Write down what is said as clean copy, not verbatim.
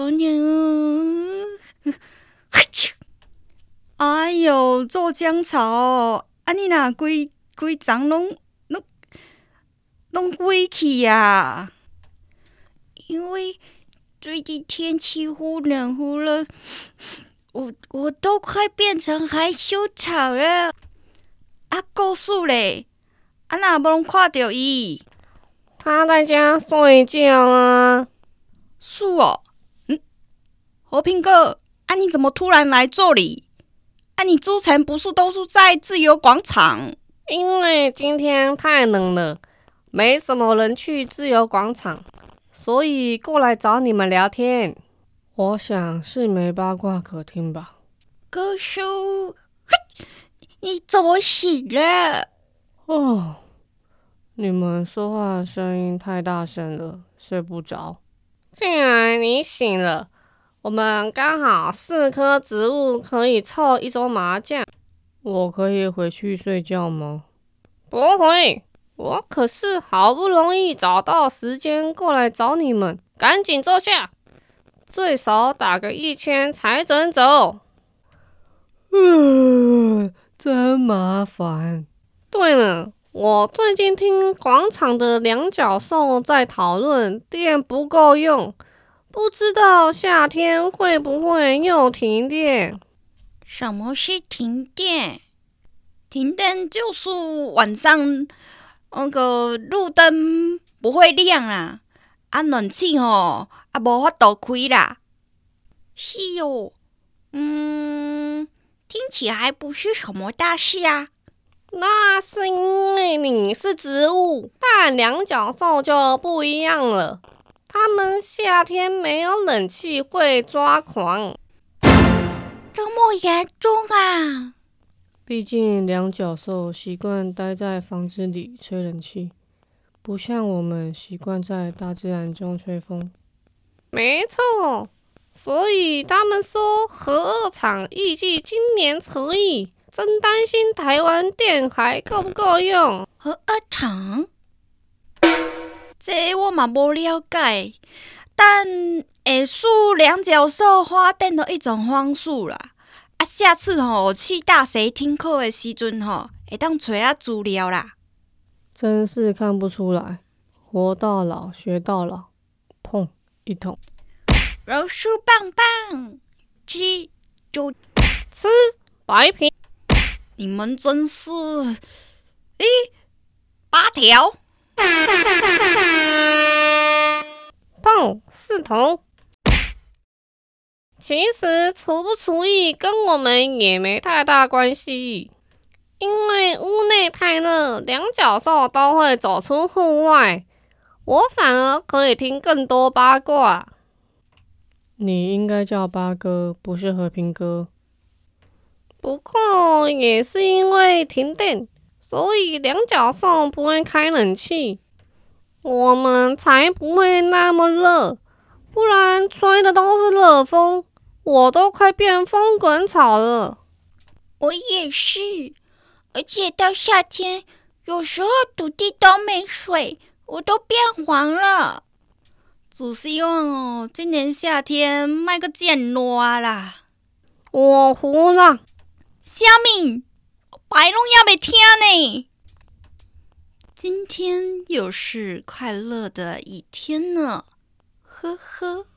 好冷啊！哎哟，做姜草，你若规张拢萎去啊！因为最近天气忽冷忽热，我都快变成害羞草了。故事嘞，哪无拢看到伊？ 他在家睡觉啊。 是哦，和平哥，你怎么突然来这里？你之前不是都是在自由广场？ 因为今天太冷了，没什么人去自由广场，所以过来找你们聊天。我想是没八卦可听吧。 哥叔，你怎么醒了？ 哦，你们说话的声音太大声了，睡不着。既然你醒了，我们刚好4棵植物可以凑一桌麻将。我可以回去睡觉吗？不会，我可是好不容易找到时间过来找你们，赶紧坐下，最少打个1000才准走。真麻烦。对了，我最近听广场的两角兽在讨论电不够用，不知道夏天会不会又停电？ 什么是停电？停电就是晚上那个路灯不会亮啦，冷气无法度开啦。是哦，听起来不是什么大事啊。 那是因为你是植物，但两角兽就不一样了。它们夏天没有冷气会抓狂。 这么严重啊？ 毕竟两角兽习惯待在房子里吹冷气，不像我们习惯在大自然中吹风。没错，所以他们说核二厂预计今年除役，真担心台湾电还够不够用。 核二厂？这我嘛无了解，但会使两角兽发电的一种方式啦。下次去大学听课的时阵会当找下资料啦。 真是看不出来，活到老学到老，砰一桶。 柔术棒棒，吃就吃白皮。 你们真是8条。 砰4桶。其实除不除役跟我们也没太大关系，因为屋内太热，两角兽都会走出户外，我反而可以听更多八卦。你应该叫八哥，不是和平哥。不过也是因为停电，所以两角兽不会开冷气，我们才不会那么热，不然吹的都是热风，我都快变风滚草了。 我也是，而且到夏天，有时候土地都没水，我都变黄了。只希望今年夏天卖个见热啦。 我服了。 虾米？白龙也没听呢。今天又是快乐的一天呢，呵呵。